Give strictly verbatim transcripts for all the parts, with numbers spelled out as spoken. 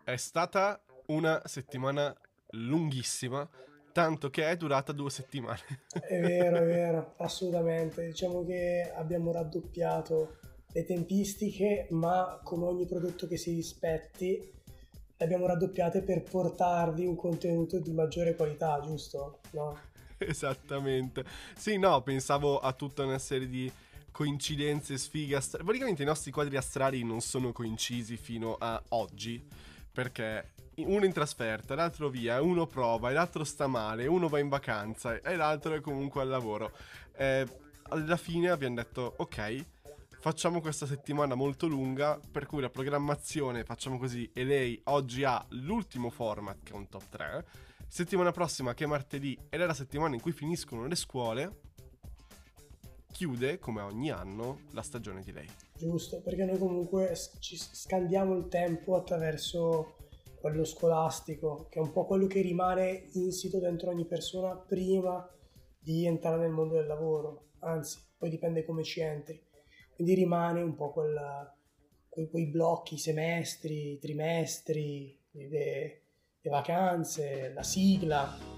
è stata una settimana lunghissima, tanto che è durata due settimane. È vero, è vero, assolutamente. Diciamo che abbiamo raddoppiato le tempistiche, ma come ogni prodotto che si rispetti, le abbiamo raddoppiate per portarvi un contenuto di maggiore qualità, giusto? No? Esattamente. Sì, no, pensavo a tutta una serie di coincidenze, sfighe astrali. Praticamente i nostri quadri astrali non sono coincisi fino a oggi, perché uno in trasferta, l'altro via, uno prova, e l'altro sta male, uno va in vacanza e l'altro è comunque al lavoro. Eh, alla fine abbiamo detto, ok, facciamo questa settimana molto lunga, per cui la programmazione facciamo così, e lei oggi ha l'ultimo format, che è un top tre. Settimana prossima, che è martedì, ed è la settimana in cui finiscono le scuole, chiude, come ogni anno, la stagione di lei. Giusto, perché noi comunque ci scandiamo il tempo attraverso quello scolastico, che è un po' quello che rimane insito dentro ogni persona prima di entrare nel mondo del lavoro, anzi, poi dipende come ci entri. Quindi rimane un po' quel, quei, quei blocchi, i semestri, i trimestri, le, le vacanze, la sigla.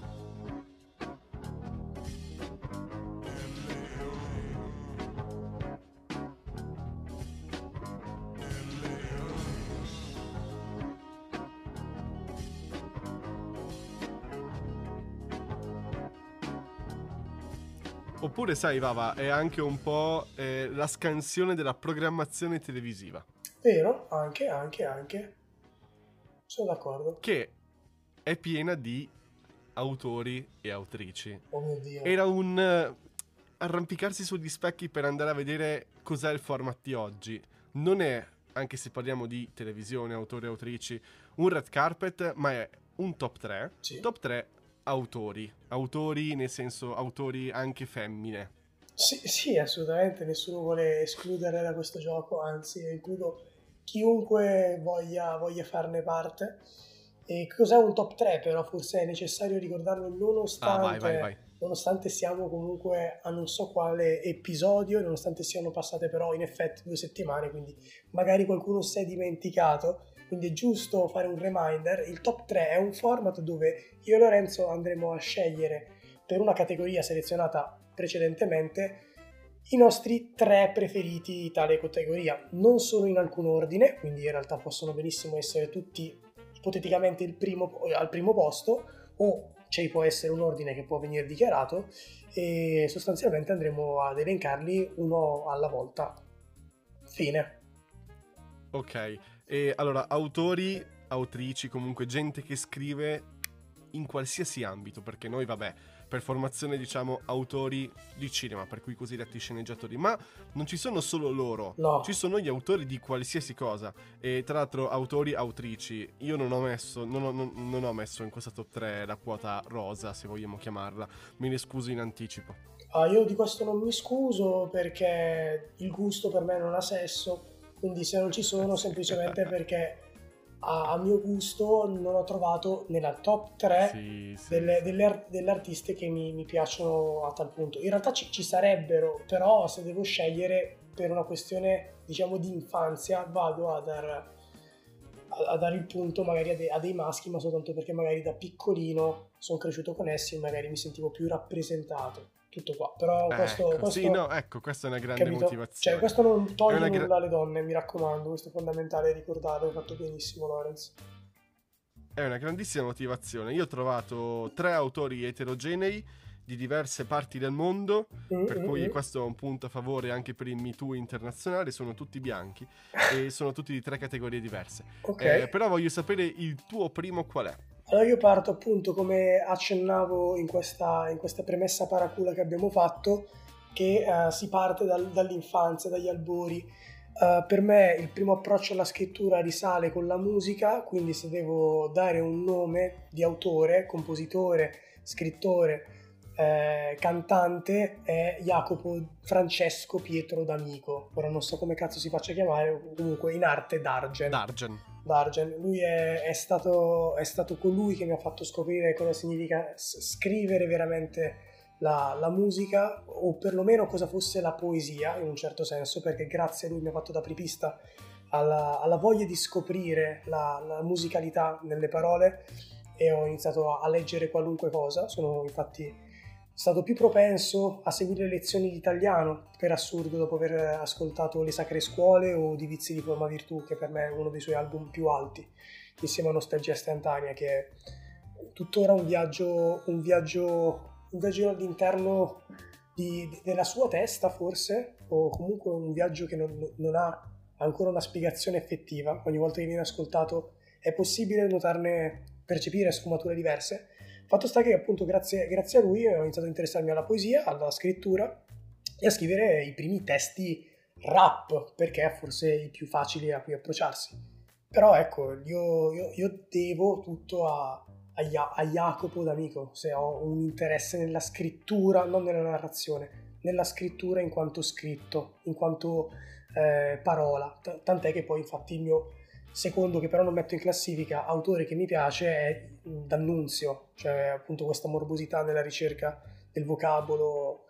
Oppure, sai, Vava, è anche un po' eh, la scansione della programmazione televisiva. Vero? Anche, anche, anche. Sono d'accordo. Che è piena di autori e autrici. Oh mio Dio. Era un uh, arrampicarsi sugli specchi per andare a vedere cos'è il format di oggi. Non è, anche se parliamo di televisione, autori e autrici, un red carpet, ma è un top tre. Sì. Top tre autori. Autori nel senso autori anche femmine. Sì, sì, assolutamente, nessuno vuole escludere da questo gioco, anzi, io includo chiunque voglia, voglia farne parte. E cos'è un top tre? Però forse è necessario ricordarlo nonostante, Ah, vai, vai, vai. nonostante siamo comunque a non so quale episodio, nonostante siano passate però in effetti due settimane, quindi magari qualcuno si è dimenticato, quindi è giusto fare un reminder. Il top tre è un format dove io e Lorenzo andremo a scegliere per una categoria selezionata precedentemente i nostri tre preferiti di tale categoria. Non sono in alcun ordine, quindi in realtà possono benissimo essere tutti ipoteticamente il primo, al primo posto, o ci può essere un ordine che può venire dichiarato, e sostanzialmente andremo ad elencarli uno alla volta. Fine. Ok, e allora autori, autrici, comunque gente che scrive in qualsiasi ambito, perché noi vabbè, per formazione diciamo autori di cinema, per cui cosiddetti sceneggiatori, ma non ci sono solo loro, No. ci sono gli autori di qualsiasi cosa. E tra l'altro autori, autrici, io non ho messo non ho, non, non ho messo in questa top tre la quota rosa, se vogliamo chiamarla, me ne scuso in anticipo. Ah, io di questo non mi scuso perché il gusto per me non ha sesso, quindi se non ci sono semplicemente perché a, a mio gusto non ho trovato nella top tre Sì, sì, delle, sì. delle, art- delle artiste che mi, mi piacciono a tal punto. In realtà ci, ci sarebbero, però se devo scegliere per una questione diciamo di infanzia vado a, dar, a, a dare il punto magari a, de, a dei maschi, ma soltanto perché magari da piccolino sono cresciuto con essi e magari mi sentivo più rappresentato. Tutto qua, però questo, Ecco, questo sì, no, ecco, questa è una grande capito? Cioè, motivazione. questo non È toglie una gra- nulla alle donne, mi raccomando, questo è fondamentale ricordarlo, hai fatto benissimo, Lorenz. È una grandissima motivazione. Io ho trovato tre autori eterogenei di diverse parti del mondo, Mm, per mm, cui mm. questo è un punto a favore anche per il Me Too internazionale. Sono tutti bianchi e sono tutti di tre categorie diverse. Ok, Eh, però voglio sapere il tuo primo qual è. allora io parto appunto come accennavo in questa, in questa premessa paracula che abbiamo fatto, che eh, si parte dal- dall'infanzia, dagli albori. Eh, per me il primo approccio alla scrittura risale con la musica, quindi se devo dare un nome di autore, compositore, scrittore, eh, cantante, è Jacopo Francesco Pietro D'Amico. Ora non so come cazzo si faccia chiamare, comunque in arte Dargen. Dargen. Dargen, lui è, è, stato, è stato colui che mi ha fatto scoprire cosa significa s- scrivere veramente la, la musica, o perlomeno cosa fosse la poesia in un certo senso, perché grazie a lui mi ha fatto da apripista alla, alla voglia di scoprire la, la musicalità nelle parole e ho iniziato a, a leggere qualunque cosa. Sono infatti stato più propenso a seguire lezioni di italiano, per assurdo, dopo aver ascoltato Le Sacre Scuole o Di Vizi di Forma Virtù, che per me è uno dei suoi album più alti, insieme a Nostalgia Istantanea, che è tuttora un viaggio, un viaggio, un viaggio all'interno di, di, della sua testa, forse, o comunque un viaggio che non, non ha ancora una spiegazione effettiva. Ogni volta che viene ascoltato è possibile notarne, percepire sfumature diverse. Fatto sta che appunto grazie, grazie a lui ho iniziato a interessarmi alla poesia, alla scrittura e a scrivere i primi testi rap, perché è forse i più facili a cui approcciarsi. Però ecco, io, io, io devo tutto a, a, a Jacopo D'Amico, se ho un interesse nella scrittura, non nella narrazione, nella scrittura in quanto scritto, in quanto eh, parola. T- tant'è che poi infatti il mio secondo, che però non metto in classifica, autore che mi piace è D'Annunzio, cioè appunto questa morbosità nella ricerca del vocabolo,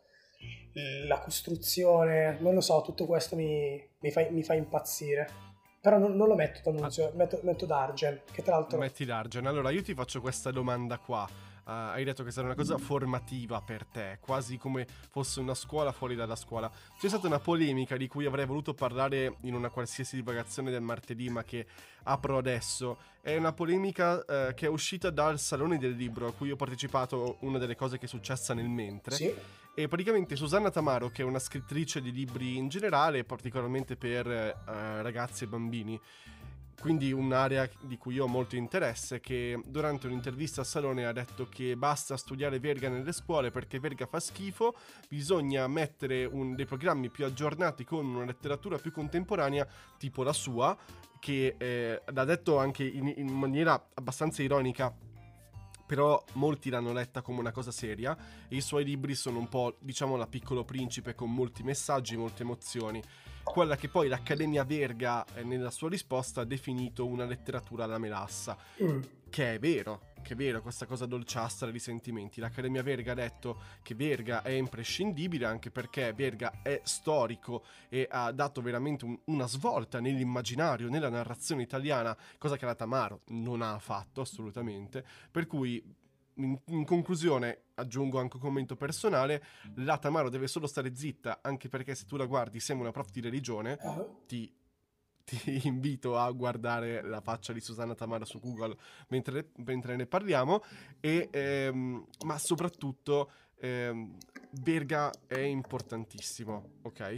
la costruzione, non lo so, tutto questo mi, mi, fa, mi fa impazzire. Però non, non lo metto D'Annunzio, ah. metto, metto D'Argen, che tra l'altro... Metti D'Argen. Allora io ti faccio questa domanda qua. Uh, hai detto che sarà una cosa formativa per te, quasi come fosse una scuola fuori dalla scuola. C'è stata una polemica di cui avrei voluto parlare in una qualsiasi divagazione del martedì, ma che apro adesso. È una polemica uh, che è uscita dal Salone del Libro, a cui ho partecipato, una delle cose che è successa nel mentre. Sì. E praticamente Susanna Tamaro, che è una scrittrice di libri in generale, particolarmente per uh, ragazzi e bambini, quindi un'area di cui io ho molto interesse, che durante un'intervista al Salone ha detto che basta studiare Verga nelle scuole perché Verga fa schifo, bisogna mettere un, dei programmi più aggiornati con una letteratura più contemporanea, tipo la sua, che eh, l'ha detto anche in, in maniera abbastanza ironica, però molti l'hanno letta come una cosa seria, e i suoi libri sono un po', diciamo, la Piccolo Principe, con molti messaggi, molte emozioni. Quella che poi l'Accademia Verga eh, nella sua risposta ha definito una letteratura alla melassa, mm. che è vero, che è vero, questa cosa dolciastra di sentimenti. L'Accademia Verga ha detto che Verga è imprescindibile, anche perché Verga è storico e ha dato veramente un, una svolta nell'immaginario, nella narrazione italiana, cosa che la Tamaro non ha fatto assolutamente, per cui in, in conclusione aggiungo anche un commento personale: la Tamaro deve solo stare zitta, anche perché se tu la guardi sembra una prof di religione. uh-huh. ti ti invito a guardare la faccia di Susanna Tamaro su Google mentre, mentre ne parliamo. E ehm, ma soprattutto ehm, Verga è importantissimo, ok?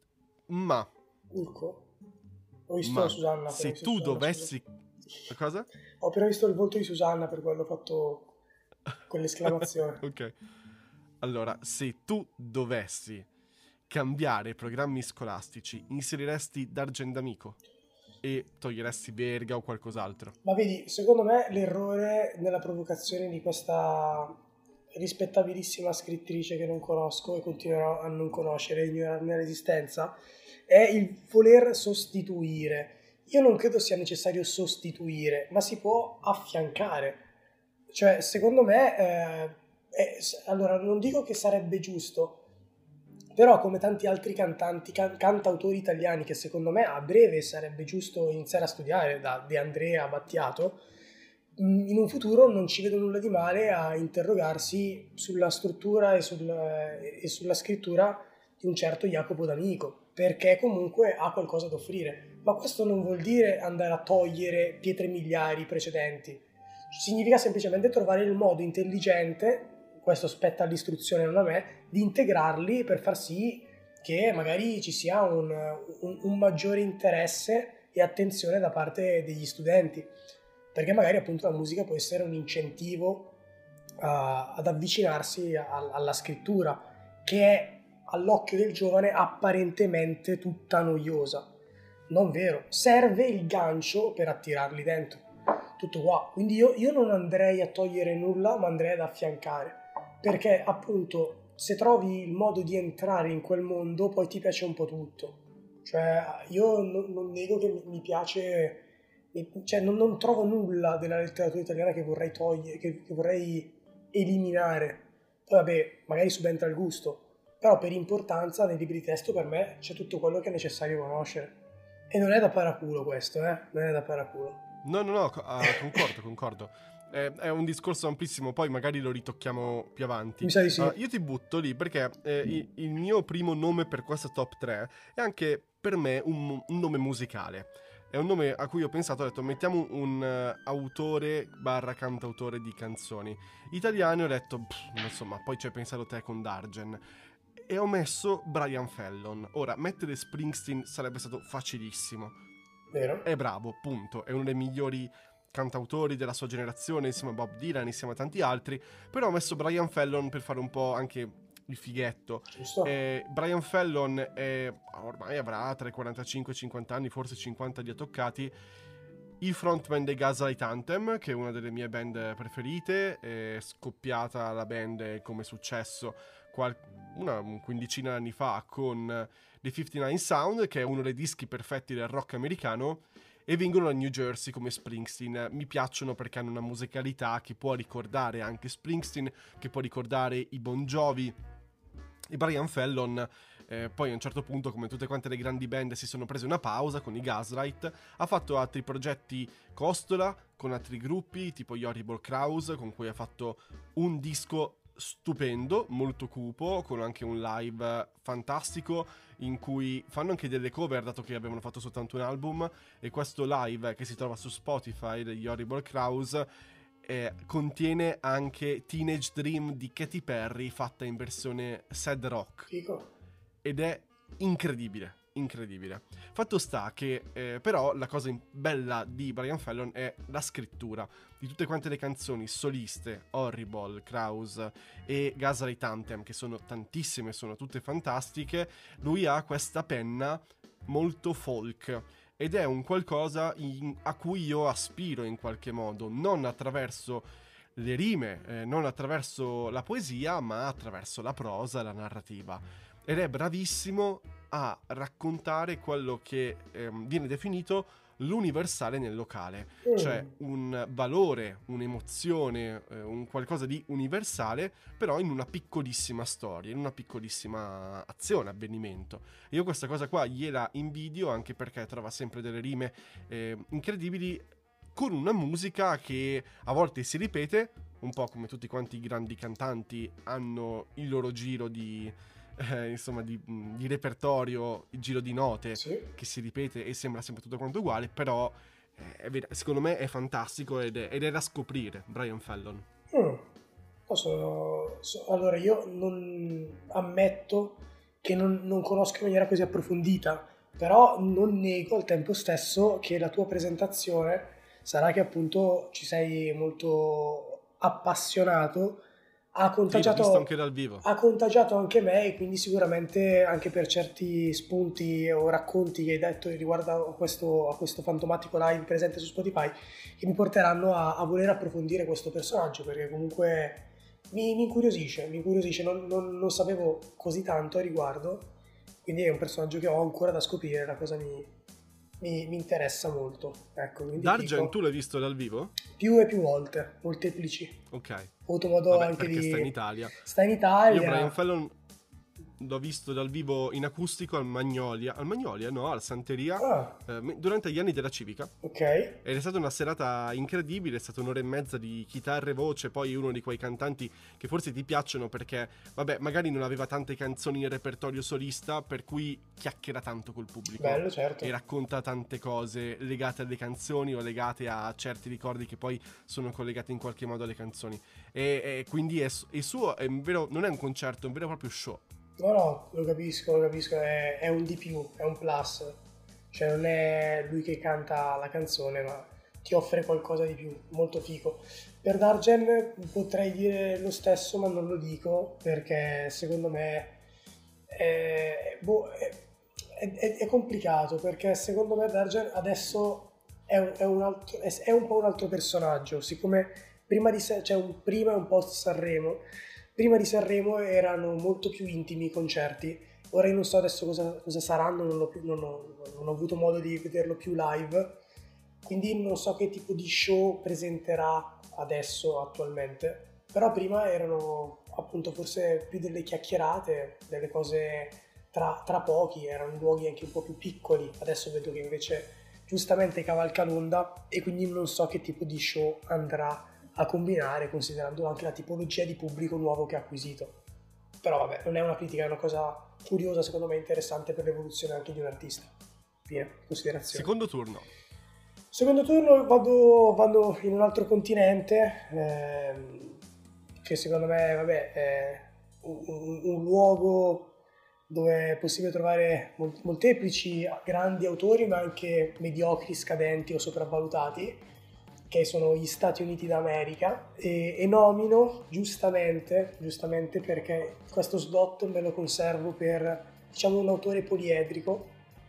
Ma Urco. Ho visto ma Susanna, se visto tu Susanna, dovessi scusa. Cosa? Ho appena visto il volto di Susanna, per quello ho fatto quell'esclamazione. Ok, allora, se tu dovessi cambiare programmi scolastici, inseriresti D'Argen D'Amico e toglieresti Verga o qualcos'altro? Ma vedi, secondo me l'errore nella provocazione di questa rispettabilissima scrittrice che non conosco e continuerò a non conoscere, ignorarne l'esistenza, è il voler sostituire. Io non credo sia necessario sostituire, ma si può affiancare. Cioè, secondo me, eh, è, allora, non dico che sarebbe giusto, però come tanti altri cantanti, can- cantautori italiani, che secondo me a breve sarebbe giusto iniziare a studiare, da De Andrea a Battiato, in un futuro non ci vedo nulla di male a interrogarsi sulla struttura e, sul, e sulla scrittura di un certo Jacopo D'Amico, perché comunque ha qualcosa da offrire. Ma questo non vuol dire andare a togliere pietre miliari precedenti, significa semplicemente trovare il modo intelligente, questo spetta all'istruzione non a me, di integrarli per far sì che magari ci sia un, un, un maggiore interesse e attenzione da parte degli studenti, perché magari appunto la musica può essere un incentivo uh, ad avvicinarsi a, alla scrittura, che è all'occhio del giovane apparentemente tutta noiosa. Non vero, serve il gancio per attirarli dentro, tutto qua. Quindi io, io non andrei a togliere nulla, ma andrei ad affiancare, perché appunto se trovi il modo di entrare in quel mondo poi ti piace un po' tutto. Cioè io non, non nego che mi, mi piace, cioè non, non trovo nulla della letteratura italiana che vorrei togliere, che, che vorrei eliminare. Poi vabbè, magari subentra il gusto, però per importanza nei libri di testo per me c'è tutto quello che è necessario conoscere. E non è da paraculo questo, eh? Non è da paraculo. No, no, no, co- ah, concordo, concordo. È, è un discorso amplissimo, poi magari lo ritocchiamo più avanti. Mi sa di sì. Ah, io ti butto lì perché eh, il, il mio primo nome per questa top tre è anche per me un, un nome musicale. È un nome a cui ho pensato, ho detto mettiamo un eh, autore barra cantautore di canzoni italiani, ho detto pff, insomma, poi ci hai pensato te con Dargen. E ho messo Brian Fallon. Ora, mettere Springsteen sarebbe stato facilissimo. Vero? È bravo, punto. È uno dei migliori cantautori della sua generazione, insieme a Bob Dylan, insieme a tanti altri. Però ho messo Brian Fallon per fare un po' anche il fighetto. Giusto? Eh, Brian Fallon è, ormai avrà tra i quarantacinque e i cinquanta anni, forse cinquanta li ha toccati. Il frontman dei Gaslight Anthem, che è una delle mie band preferite, è scoppiata la band come è successo qual- una quindicina di anni fa con The cinquantanove Sound, che è uno dei dischi perfetti del rock americano, e vengono da New Jersey come Springsteen. Mi piacciono perché hanno una musicalità che può ricordare anche Springsteen, che può ricordare i Bon Jovi. E Brian Fallon, eh, poi a un certo punto, come tutte quante le grandi band, si sono prese una pausa con i Gaslight, ha fatto altri progetti costola con altri gruppi, tipo gli Horrible Crows, con cui ha fatto un disco stupendo, molto cupo, con anche un live fantastico in cui fanno anche delle cover, dato che avevano fatto soltanto un album, e questo live che si trova su Spotify degli Horrible Crows eh, contiene anche Teenage Dream di Katy Perry fatta in versione sad rock. Fico. Ed è incredibile, incredibile. Fatto sta che eh, però la cosa bella di Brian Fallon è la scrittura di tutte quante le canzoni soliste, Horrible, Kraus e Gaslight Anthem, che sono tantissime, sono tutte fantastiche. Lui ha questa penna molto folk ed è un qualcosa in, a cui io aspiro in qualche modo, non attraverso le rime, eh, non attraverso la poesia, ma attraverso la prosa e la narrativa. Ed è bravissimo a raccontare quello che ehm, viene definito l'universale nel locale, Mm. cioè un valore, un'emozione, eh, un qualcosa di universale, però in una piccolissima storia, in una piccolissima azione, avvenimento. Io questa cosa qua gliela invidio, anche perché trova sempre delle rime eh, incredibili, con una musica che a volte si ripete, un po' come tutti quanti i grandi cantanti hanno il loro giro di eh, insomma di, di repertorio, il giro di note Sì. che si ripete e sembra sempre tutto quanto uguale, però eh, è ver- secondo me è fantastico ed è, ed è da scoprire Brian Fallon. Mm. No, sono- so- allora, io non ammetto che non, non conosco in maniera così approfondita, però non nego al tempo stesso che la tua presentazione sarà che appunto ci sei molto appassionato, ha Sì, l'ho visto contagiato, anche dal vivo. ha contagiato anche me e quindi sicuramente anche per certi spunti o racconti che hai detto riguardo a questo, a questo fantomatico live presente su Spotify che mi porteranno a, a voler approfondire questo personaggio perché comunque mi, mi incuriosisce, mi incuriosisce, non, non, non sapevo così tanto a riguardo, quindi è un personaggio che ho ancora da scoprire, la cosa mi, mi, mi interessa molto. Ecco, quindi Dargen, dico, tu l'hai visto dal vivo? più e più volte, molteplici. Ok. Ho avuto modo Vabbè, anche perché di... sta in Italia. Sta in Io Italia. Brian Fallon l'ho visto dal vivo in acustico al Magnolia, al Magnolia no, al Santeria, Ah, eh, durante gli anni della Civica. ok. Ed è stata una serata incredibile, è stata un'ora e mezza di chitarra e voce, poi uno di quei cantanti che forse ti piacciono perché, vabbè, magari non aveva tante canzoni in repertorio solista, per cui chiacchiera tanto col pubblico Bello, certo. e racconta tante cose legate alle canzoni o legate a certi ricordi che poi sono collegati in qualche modo alle canzoni. E, e quindi è, su- è suo, è un vero, non è un concerto, è un vero e proprio show. No, no, lo capisco, lo capisco, è, è un di più, è un plus. Cioè non è lui che canta la canzone, ma ti offre qualcosa di più, molto figo. Per Dargen potrei dire lo stesso, ma non lo dico, perché secondo me è, boh, è, è- è complicato, perché secondo me Dargen adesso è un, è un altro- è- è un po' un altro personaggio, siccome prima di sé c'è un prima e un post Sanremo. Prima di Sanremo erano molto più intimi i concerti, ora io non so adesso cosa, cosa saranno, non, l'ho più- non ho, non ho avuto modo di vederlo più live, quindi non so che tipo di show presenterà adesso attualmente, però prima erano appunto forse più delle chiacchierate, delle cose tra, tra pochi, erano luoghi anche un po' più piccoli, adesso vedo che invece giustamente cavalca l'onda e quindi non so che tipo di show andrà a combinare, considerando anche la tipologia di pubblico nuovo che ha acquisito. Però vabbè, non è una critica, è una cosa curiosa, secondo me interessante per l'evoluzione anche di un artista. Fine, considerazione. Secondo turno. Secondo turno vado, vado in un altro continente, ehm, che secondo me vabbè, è un, un, un luogo dove è possibile trovare molteplici grandi autori, ma anche mediocri, scadenti o sopravvalutati, che sono gli Stati Uniti d'America, e, e nomino giustamente, giustamente perché questo slot me lo conservo per, diciamo, un autore poliedrico,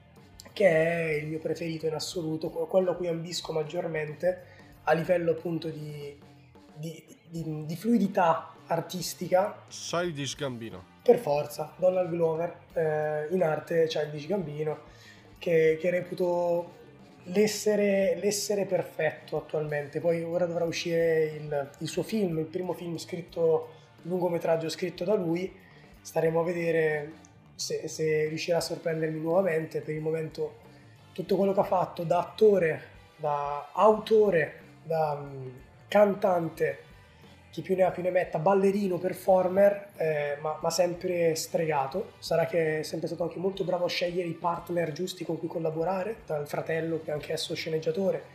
che è il mio preferito in assoluto, quello a cui ambisco maggiormente a livello appunto di, di, di, di fluidità artistica. Childish Gambino. Per forza, Donald Glover, eh, in arte Childish Gambino, che, che reputo l'essere, l'essere perfetto attualmente. Poi ora dovrà uscire il, il suo film, il primo film scritto, lungometraggio scritto da lui, staremo a vedere se, se riuscirà a sorprendermi nuovamente. Per il momento tutto quello che ha fatto da attore, da autore, da um, cantante, chi più ne ha più ne metta, ballerino, performer, eh, ma, ma sempre stregato. Sarà che è sempre stato anche molto bravo a scegliere i partner giusti con cui collaborare, dal fratello che è anch'esso sceneggiatore,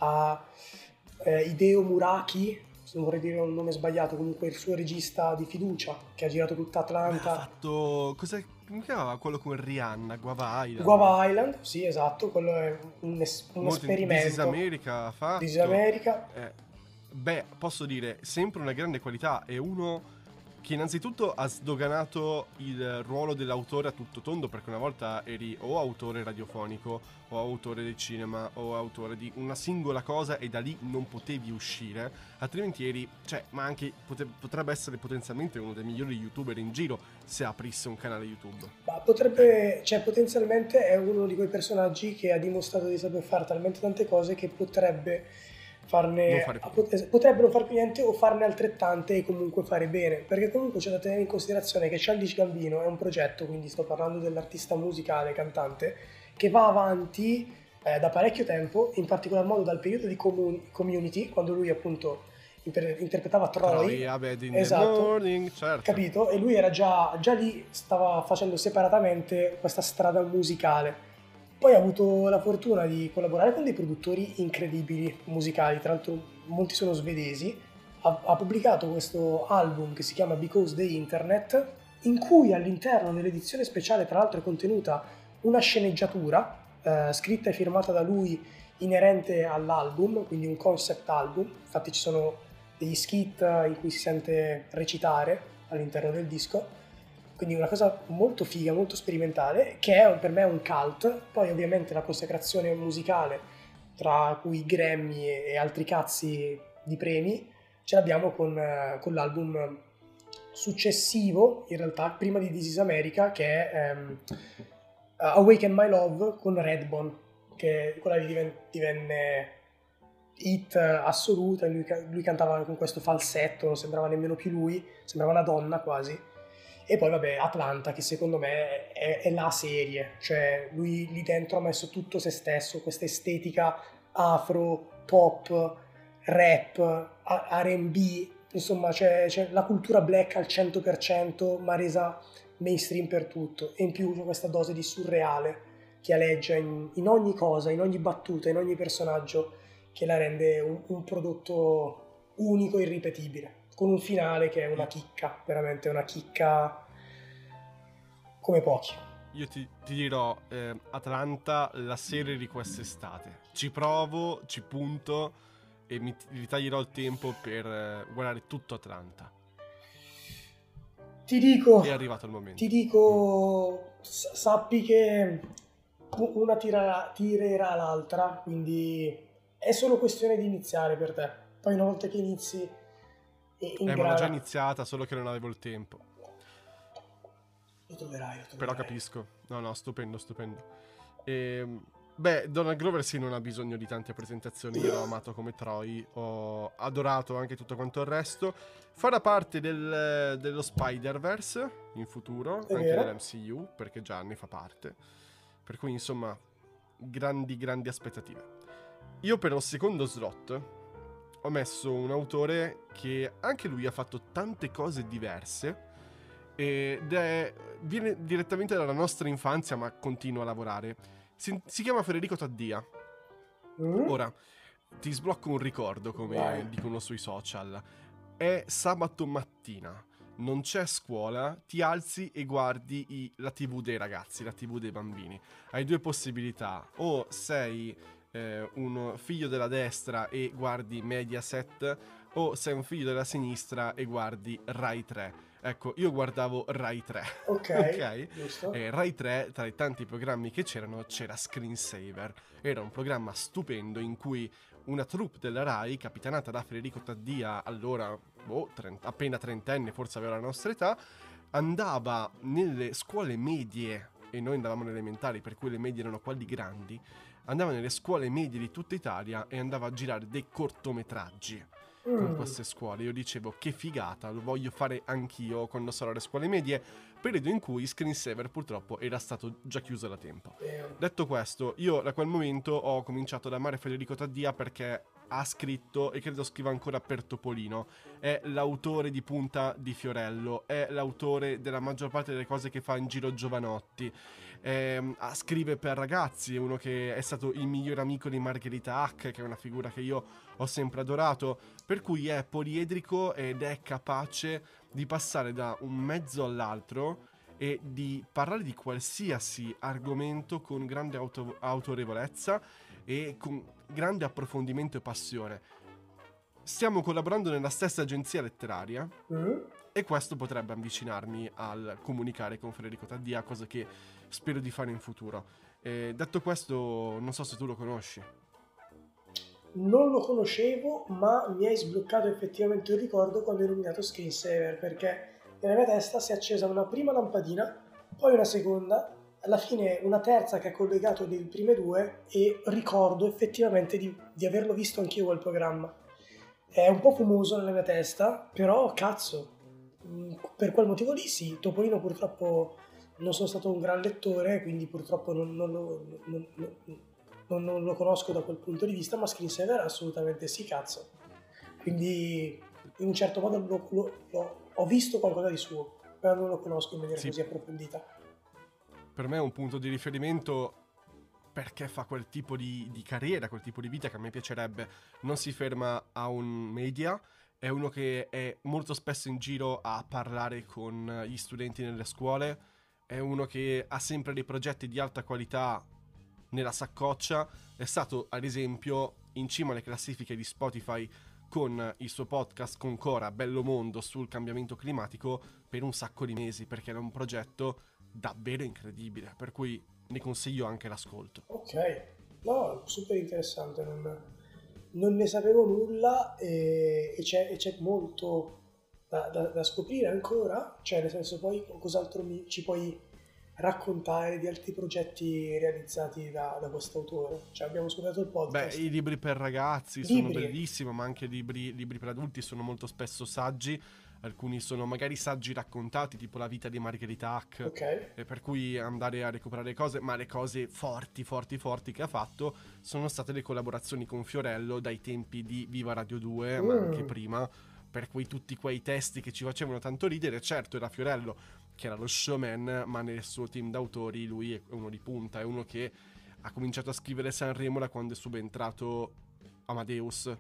a eh, Hideo Muraki, se non vorrei dire un nome sbagliato, comunque il suo regista di fiducia, che ha girato tutta Atlanta. Beh, ha fatto... Cos'è? Come chiamava quello con Rihanna? Guava Island? Guava Island, sì, esatto, quello è un, es- un Molto esperimento. This is America ha fatto. This is America. Eh, beh, posso dire, sempre una grande qualità. È uno che innanzitutto ha sdoganato il ruolo dell'autore a tutto tondo, perché una volta eri o autore radiofonico o autore del cinema o autore di una singola cosa e da lì non potevi uscire, altrimenti eri, cioè, ma anche pote- potrebbe essere potenzialmente uno dei migliori youtuber in giro se aprisse un canale YouTube. Ma potrebbe, cioè potenzialmente è uno di quei personaggi che ha dimostrato di saper fare talmente tante cose che potrebbe farne, Non fare più. potrebbe non fare più niente o farne altrettante e comunque fare bene, perché comunque c'è da tenere in considerazione che Childish Gambino è un progetto, quindi sto parlando dell'artista musicale, cantante, che va avanti eh, da parecchio tempo, in particolar modo dal periodo di comun- Community, quando lui appunto inter- interpretava Troy, Troy Abed in esatto, the morning, certo. capito? E lui era già, già lì, stava facendo separatamente questa strada musicale. Poi ha avuto la fortuna di collaborare con dei produttori incredibili musicali, tra l'altro molti sono svedesi. Ha, ha pubblicato questo album che si chiama Because the Internet, in cui all'interno dell'edizione speciale tra l'altro è contenuta una sceneggiatura eh, scritta e firmata da lui inerente all'album, quindi un concept album. Infatti ci sono degli skit in cui si sente recitare all'interno del disco. Quindi una cosa molto figa, molto sperimentale, che è per me un cult. Poi ovviamente la consacrazione musicale, tra cui Grammy e, e altri cazzi di premi, ce l'abbiamo con, eh, con l'album successivo, in realtà, prima di This is America, che è um, Awaken My Love con Redbone, che quella lì divenne, divenne hit assoluta. Lui, lui cantava con questo falsetto, non sembrava nemmeno più lui, sembrava una donna quasi. E poi vabbè Atlanta, che secondo me è, è la serie, cioè lui lì dentro ha messo tutto se stesso, questa estetica afro, pop, rap, R and B, insomma c'è, c'è la cultura black al cento per cento ma resa mainstream per tutto, e in più c'è questa dose di surreale che aleggia in, in ogni cosa, in ogni battuta, in ogni personaggio, che la rende un, un prodotto unico e irripetibile, con un finale che è una chicca, veramente una chicca come pochi. Io ti, ti dirò, eh, Atlanta, la serie di quest'estate. Ci provo, ci punto e mi ritaglierò il tempo per eh, guardare tutto Atlanta. Ti dico, è arrivato il momento. Ti dico, s- sappi che una tira, tirerà l'altra, quindi è solo questione di iniziare per te. Poi una volta che inizi Eh, ingrana... ma l'ho già iniziata, solo che non avevo il tempo. Lo troverai, lo troverai. Però capisco. No, no, stupendo, stupendo. E, Beh, Donald Glover sì, non ha bisogno di tante presentazioni. Io l'ho amato come Troy, ho adorato anche tutto quanto il resto. Farà parte del, dello Spider-Verse in futuro, È anche vero? dell'M C U, perché già ne fa parte. Per cui, insomma, grandi, grandi aspettative. Io per lo secondo slot ho messo un autore che anche lui ha fatto tante cose diverse ed è, viene direttamente dalla nostra infanzia, ma continua a lavorare. Si, si chiama Federico Taddia. Mm? Ora, ti sblocco un ricordo, Vai. come dicono sui social. È sabato mattina, non c'è scuola, ti alzi e guardi i- la tivù dei ragazzi, la tivù dei bambini. Hai due possibilità: o sei eh, un figlio della destra e guardi Mediaset, o sei un figlio della sinistra e guardi Rai tre. Ecco, io guardavo Rai tre, Ok, ok? giusto. E Rai tre, tra i tanti programmi che c'erano, c'era Screensaver. Era un programma stupendo in cui una troupe della Rai, capitanata da Federico Taddia, allora boh, trenta, appena trentenne, forse aveva la nostra età, andava nelle scuole medie, e noi andavamo alle elementari, per cui le medie erano quelli grandi, andava nelle scuole medie di tutta Italia e andava a girare dei cortometraggi con Mm. queste scuole. Io dicevo, che figata, lo voglio fare anch'io quando sarò alle scuole medie, periodo in cui Screensaver purtroppo era stato già chiuso da tempo. Vero. Detto questo, io da quel momento ho cominciato ad amare Federico Taddia perché ha scritto, e credo scriva ancora per Topolino, è l'autore di punta di Fiorello, è l'autore della maggior parte delle cose che fa in giro Giovanotti, eh, scrive per ragazzi, è uno che è stato il miglior amico di Margherita Hack, che è una figura che io ho sempre adorato, per cui è poliedrico ed è capace di passare da un mezzo all'altro e di parlare di qualsiasi argomento con grande auto- autorevolezza e con grande approfondimento e passione. Stiamo collaborando nella stessa agenzia letteraria Mm? e questo potrebbe avvicinarmi al comunicare con Federico Taddia, cosa che spero di fare in futuro. E detto questo, non so se tu lo conosci. Non lo conoscevo, ma mi hai sbloccato effettivamente il ricordo quando hai nominato Screensaver, perché nella mia testa si è accesa una prima lampadina, poi una seconda, alla fine una terza che ha collegato le prime due e ricordo effettivamente di, di averlo visto anch'io quel programma. È un po' fumoso nella mia testa, però cazzo, mh, per quel motivo lì sì, Topolino purtroppo non sono stato un gran lettore, quindi purtroppo non, non lo, non- non- non- non lo conosco da quel punto di vista, ma Screensaver assolutamente sì, cazzo. Quindi in un certo modo lo- lo- lo- ho visto qualcosa di suo, però non lo conosco in maniera Sì, così approfondita. per me è un punto di riferimento perché fa quel tipo di, di carriera, quel tipo di vita che a me piacerebbe. Non si ferma a un media, è uno che è molto spesso in giro a parlare con gli studenti nelle scuole, è uno che ha sempre dei progetti di alta qualità nella saccoccia, è stato ad esempio in cima alle classifiche di Spotify con il suo podcast con Cora Bello Mondo sul cambiamento climatico per un sacco di mesi, perché era un progetto davvero incredibile, per cui ne consiglio anche l'ascolto. Ok, no, super interessante, non, non ne sapevo nulla e, e c'è, e c'è molto da, da- da scoprire ancora, cioè nel senso poi cos'altro mi- ci puoi raccontare di altri progetti realizzati da, da questo autore? Cioè abbiamo scoperto il Beh, podcast. i libri per ragazzi sono Libri, bellissimi, ma anche libri, libri per adulti sono molto spesso saggi. Alcuni sono magari saggi raccontati, tipo La vita di Margherita Hack, ok, e per cui andare a recuperare cose, ma le cose forti, forti, forti che ha fatto sono state le collaborazioni con Fiorello dai tempi di Viva Radio due, ma anche mm, prima, per cui tutti quei testi che ci facevano tanto ridere. Certo, era Fiorello che era lo showman, ma nel suo team d'autori lui è uno di punta, è uno che ha cominciato a scrivere Sanremo da quando è subentrato Amadeus,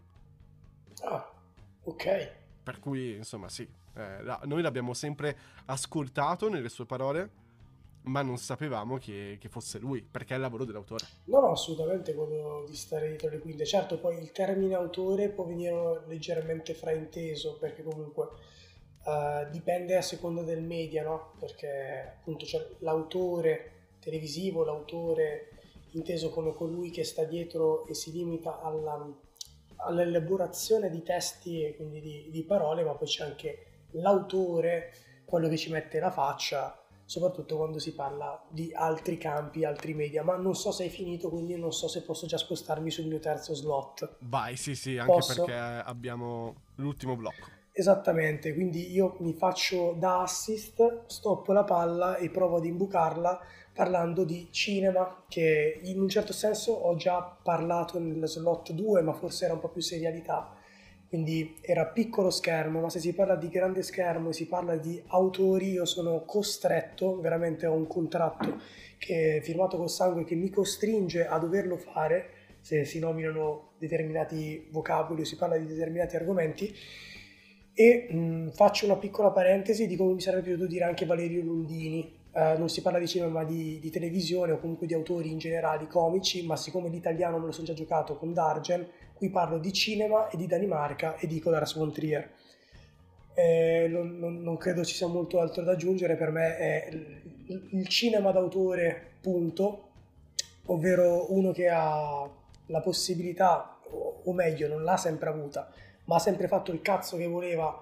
ah, ok. per cui insomma sì, eh, la- noi l'abbiamo sempre ascoltato nelle sue parole, ma non sapevamo che, che fosse lui, perché è il lavoro dell'autore. No, no, assolutamente quello di stare dietro le quinte. Certo, poi il termine autore può venire leggermente frainteso, perché comunque eh, dipende a seconda del media, no? Perché appunto c'è l'autore televisivo, l'autore inteso come colui che sta dietro e si limita alla, all'elaborazione di testi e quindi di, di parole, ma poi c'è anche l'autore, quello che ci mette la faccia soprattutto quando si parla di altri campi, altri media. Ma non so se hai finito, quindi non so se posso già spostarmi sul mio terzo slot. Vai, sì, sì, anche Posso? perché abbiamo l'ultimo blocco. Esattamente, quindi io mi faccio da assist, stoppo la palla e provo ad imbucarla parlando di cinema, che in un certo senso ho già parlato nel slot due, ma forse era un po' più serialità. Quindi era piccolo schermo, ma se si parla di grande schermo e si parla di autori, io sono costretto, veramente ho un contratto che è firmato col sangue che mi costringe a doverlo fare se si nominano determinati vocaboli o si parla di determinati argomenti. E mh, faccio una piccola parentesi di come mi sarebbe piaciuto dire anche Valerio Lundini. Eh, non si parla di cinema ma di, di televisione o comunque di autori in generale, comici, ma siccome l'italiano me lo sono già giocato con Dargen, qui parlo di cinema e di Danimarca e dico Lars von Trier. Eh, non, non- non credo ci sia molto altro da aggiungere, per me è il, il cinema d'autore, punto, ovvero uno che ha la possibilità, o o meglio, non l'ha sempre avuta, ma ha sempre fatto il cazzo che voleva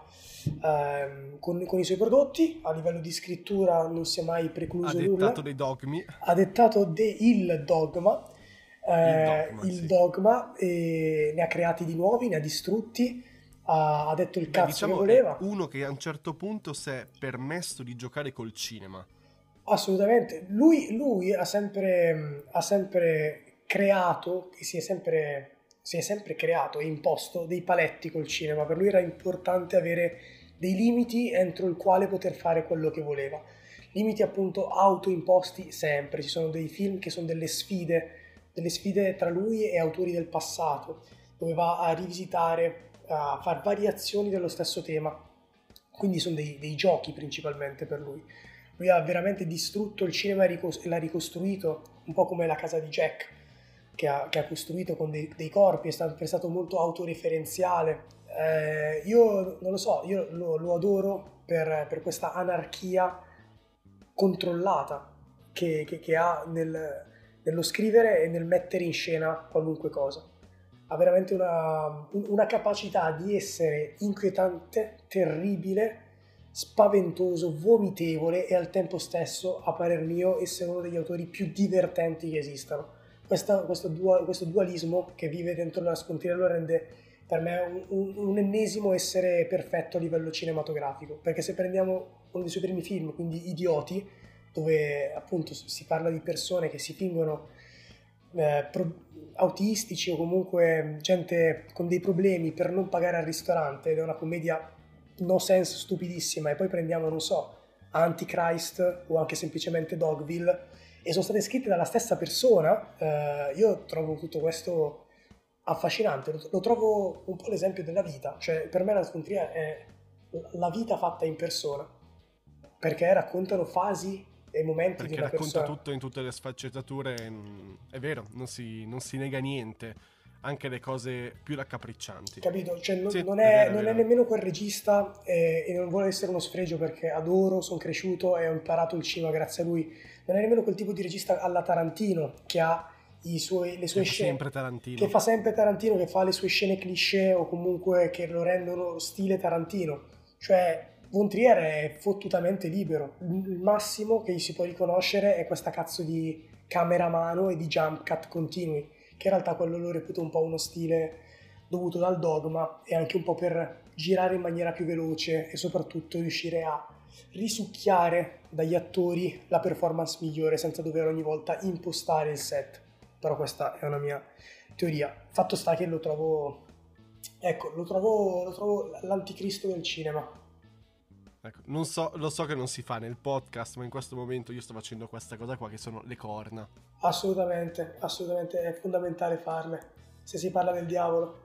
ehm, con, con i suoi prodotti, a livello di scrittura non si è mai Ha precluso dettato nulla, dei dogmi. ha dettato de- il dogma, Il eh, dogma, il sì. dogma, e ne ha creati di nuovi, ne ha distrutti, ha, ha detto il Beh, cazzo che diciamo è voleva. uno che a un certo punto si è permesso di giocare col cinema. Assolutamente, lui, lui ha sempre, ha sempre creato, e si è sempre, si è sempre creato e imposto dei paletti col cinema. Per lui era importante avere dei limiti entro il quale poter fare quello che voleva. Limiti appunto autoimposti sempre. Ci sono dei film che sono delle sfide, delle sfide tra lui e autori del passato, dove va a rivisitare, a fare variazioni dello stesso tema. Quindi sono dei, dei giochi principalmente per lui. Lui ha veramente distrutto il cinema e ricos- e l'ha ricostruito, un po' come la casa di Jack, che ha, che ha costruito con dei, dei corpi, è stato, è stato molto autoreferenziale. Eh, io non lo so, io lo, lo adoro per, per questa anarchia controllata che, che- che ha nel- nello scrivere e nel mettere in scena qualunque cosa. Ha veramente una, una capacità di essere inquietante, terribile, spaventoso, vomitevole e al tempo stesso, a parer mio, essere uno degli autori più divertenti che esistano. Questa- questo, dua- questo dualismo che vive dentro la scontina lo rende per me un, un- un ennesimo essere perfetto a livello cinematografico, perché se prendiamo uno dei suoi primi film, quindi Idioti, dove appunto si parla di persone che si fingono eh, pro- autistici o comunque gente con dei problemi per non pagare al ristorante, ed è una commedia no sense stupidissima, e poi prendiamo, non so, Antichrist o anche semplicemente Dogville, e sono state scritte dalla stessa persona. Eh, io trovo tutto questo affascinante, lo, lo trovo un po' l'esempio della vita, cioè per me la scontria è la vita fatta in persona, perché raccontano fasi e momenti di Perché una racconta persona. tutto in tutte le sfaccettature. mm, È vero, non si, non si nega niente. Anche le cose più raccapriccianti. Capito? Cioè, non, Sì, non è è, vero, è non è vero. nemmeno quel regista, eh, e non vuole essere uno sfregio perché adoro, sono cresciuto e ho imparato il cinema grazie a lui. Non è nemmeno quel tipo di regista alla Tarantino che ha i suoi, le Che sue fa scene, sempre che Tarantino. fa sempre Tarantino, che fa le sue scene cliché o comunque che lo rendono stile Tarantino. Cioè, Von Trier è fottutamente libero. Il massimo che gli si può riconoscere è questa cazzo di camera a mano e di jump cut continui, che in realtà quello lo reputo un po' uno stile dovuto dal dogma, e anche un po' per girare in maniera più veloce e soprattutto riuscire a risucchiare dagli attori la performance migliore senza dover ogni volta impostare il set. Però questa è una mia teoria. Fatto sta che lo trovo, ecco, lo trovo, lo trovo l'anticristo del cinema. Ecco, non so, lo so che non si fa nel podcast, ma in questo momento io sto facendo questa cosa qua che sono le corna. Assolutamente, assolutamente è fondamentale farle se si parla del diavolo.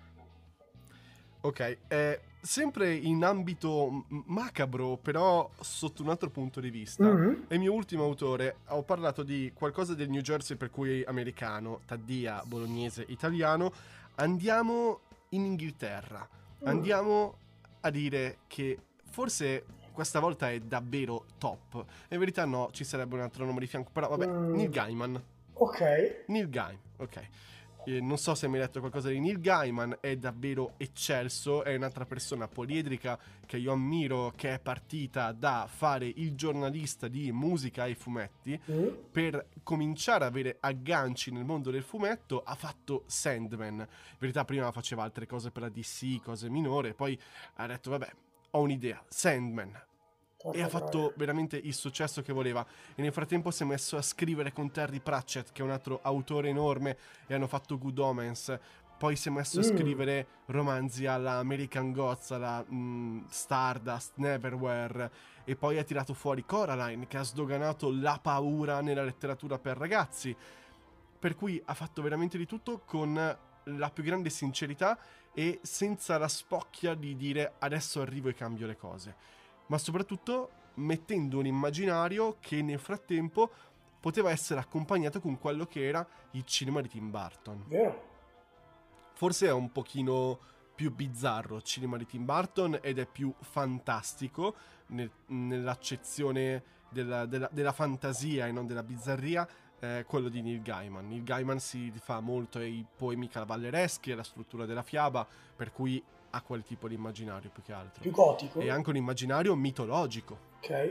Ok, eh, sempre in ambito m- macabro, però sotto un altro punto di vista, Mhm. è il mio ultimo autore. Ho parlato di qualcosa del New Jersey, per cui americano, Taddia, bolognese, italiano. Andiamo in Inghilterra. Mm. Andiamo a dire che forse questa volta è davvero top. In verità no, ci sarebbe un altro nome di fianco, però vabbè, Mm. Neil Gaiman. Ok. Neil Gaiman, ok. Eh, non so se mi hai letto qualcosa di Neil Gaiman, è davvero eccelso, è un'altra persona poliedrica che io ammiro, che è partita da fare il giornalista di musica e fumetti, Mm? per cominciare ad avere agganci nel mondo del fumetto ha fatto Sandman. In verità prima faceva altre cose per la D C, cose minore, poi ha detto vabbè, ho un'idea, Sandman. E ha fatto veramente il successo che voleva. E nel frattempo si è messo a scrivere con Terry Pratchett, che è un altro autore enorme, e hanno fatto Good Omens. Poi si è messo Mm. a scrivere romanzi alla American Gods, alla mm, Stardust, Neverwhere, e poi ha tirato fuori Coraline, che ha sdoganato la paura nella letteratura per ragazzi. Per cui ha fatto veramente di tutto con la più grande sincerità e senza la spocchia di dire adesso arrivo e cambio le cose, ma soprattutto mettendo un immaginario che nel frattempo poteva essere accompagnato con quello che era il cinema di Tim Burton. Vero? Forse è un pochino più bizzarro il cinema di Tim Burton ed è più fantastico nel, nell'accezione della, della, della fantasia e non della bizzarria, eh, quello di Neil Gaiman. Neil Gaiman si fa molto ai poemi cavallereschi, alla struttura della fiaba, per cui ha quel tipo di immaginario più che altro. Più gotico? E anche un immaginario mitologico. Ok.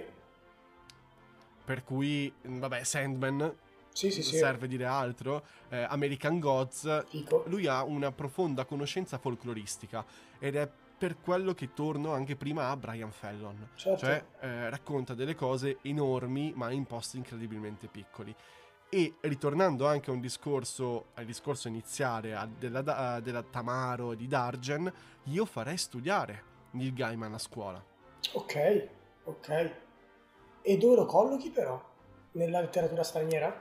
Per cui, vabbè, Sandman, Sì, sì, non sì. serve dire altro, eh, American Gods, Fico. lui ha una profonda conoscenza folcloristica ed è per quello che torno anche prima a Brian Fallon. Certo. Cioè, eh, racconta delle cose enormi ma in posti incredibilmente piccoli. E ritornando anche a un discorso, al discorso iniziale a- della, da- della Tamaro e di Dargen, io farei studiare Neil Gaiman a scuola. Ok, ok. E dove lo collochi però? Nella letteratura straniera?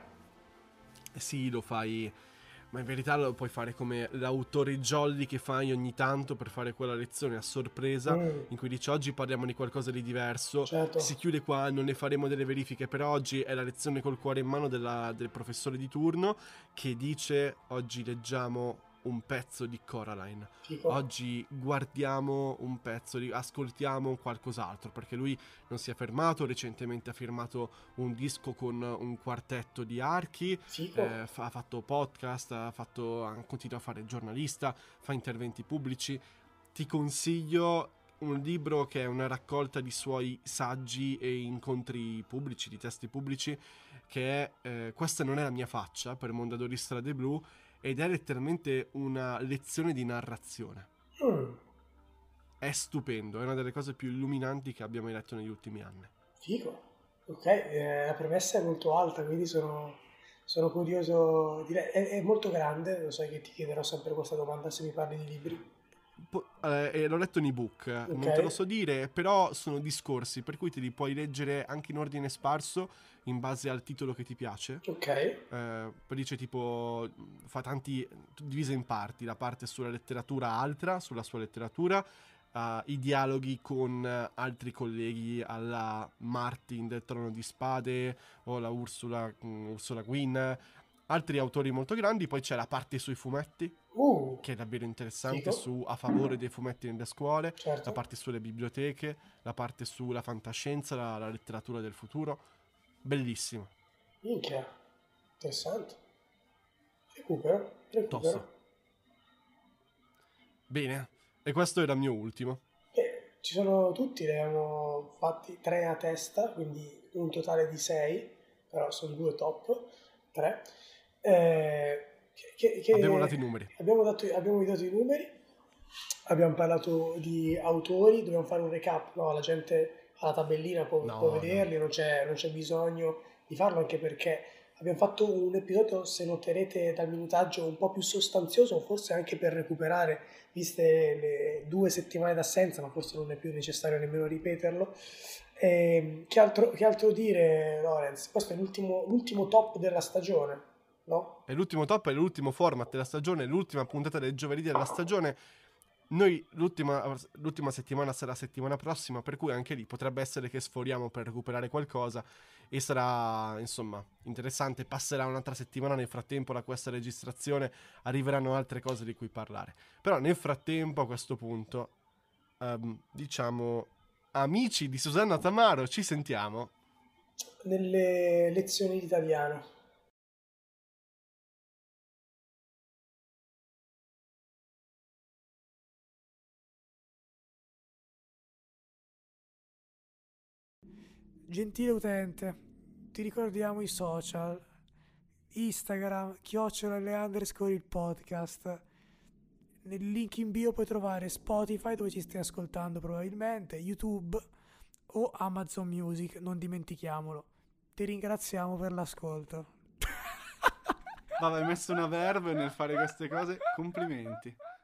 Eh Sì, lo fai, ma in verità lo puoi fare come l'autore jolly che fai ogni tanto per fare quella lezione a sorpresa, Mm, in cui dici oggi parliamo di qualcosa di diverso, certo. si chiude qua, non ne faremo delle verifiche per oggi, è la lezione col cuore in mano della- del professore di turno che dice oggi leggiamo un pezzo di Coraline. Fico. Oggi guardiamo un pezzo, di, ascoltiamo qualcos'altro, perché lui non si è fermato, recentemente ha firmato un disco con un quartetto di archi, Fico. eh, fa- ha fatto podcast, ha fatto, ha- continua a fare il giornalista, fa interventi pubblici. Ti consiglio un libro che è una raccolta di suoi saggi e incontri pubblici, di testi pubblici, che è eh, Questa non è la mia faccia, per Mondadori Strade Blu, ed è letteralmente una lezione di narrazione. Mm, È stupendo, è una delle cose più illuminanti che abbia mai letto negli ultimi anni. fico. Ok, eh, la premessa è molto alta, quindi sono, sono curioso. Di le- è, è molto grande, lo sai che ti chiederò sempre questa domanda se mi parli di libri. Po- eh, e l'ho letto in ebook, eh, non te lo Ok, so dire, però sono discorsi, per cui te li puoi leggere anche in ordine sparso, in base al titolo che ti piace. ok, Eh, poi dice tipo, fa tanti, divise in parti, la parte sulla letteratura altra, sulla sua letteratura, eh, i dialoghi con eh, altri colleghi alla Martin del Trono di Spade o la Ursula, mm, Ursula Guin, altri autori molto grandi, poi c'è la parte sui fumetti, uh, che è davvero interessante, fico, su a favore dei fumetti nelle scuole, la certo. parte sulle biblioteche, la parte sulla fantascienza, la, la letteratura del futuro. Bellissimo, Minchia, interessante. Recupero, recupero. tosto. Bene, e questo era il mio ultimo. E ci sono tutti, ne abbiamo fatti tre a testa, quindi un totale di sei, però sono due top, tre. Eh, che, che- Abbiamo dato i numeri. abbiamo dato, abbiamo dato i numeri, abbiamo parlato di autori, dobbiamo fare un recap, no? La gente ha la tabellina, può, No, può no. vederli, non c'è, non c'è bisogno di farlo, anche perché abbiamo fatto un episodio, se noterete dal minutaggio, un po' più sostanzioso, forse anche per recuperare, viste le due settimane d'assenza, ma forse non è più necessario nemmeno ripeterlo. E, che, altro, che altro dire, Lorenz? Questo è l'ultimo, l'ultimo top della stagione, no? È l'ultimo top, è l'ultimo format della stagione, l'ultima puntata del giovedì della stagione. Noi l'ultima, l'ultima settimana sarà la settimana prossima, per cui anche lì potrebbe essere che sforiamo per recuperare qualcosa e sarà, insomma, interessante. Passerà un'altra settimana, nel frattempo da questa registrazione arriveranno altre cose di cui parlare. Però nel frattempo, a questo punto, ehm, diciamo, amici di Susanna Tamaro, ci sentiamo Nelle lezioni di italiano. Gentile utente, ti ricordiamo i social: Instagram, chiocciola le underscore il podcast. Nel link in bio puoi trovare Spotify, dove ci stai ascoltando probabilmente, YouTube o Amazon Music, non dimentichiamolo. Ti ringraziamo per l'ascolto. Vabbè, hai messo una verve nel fare queste cose, complimenti.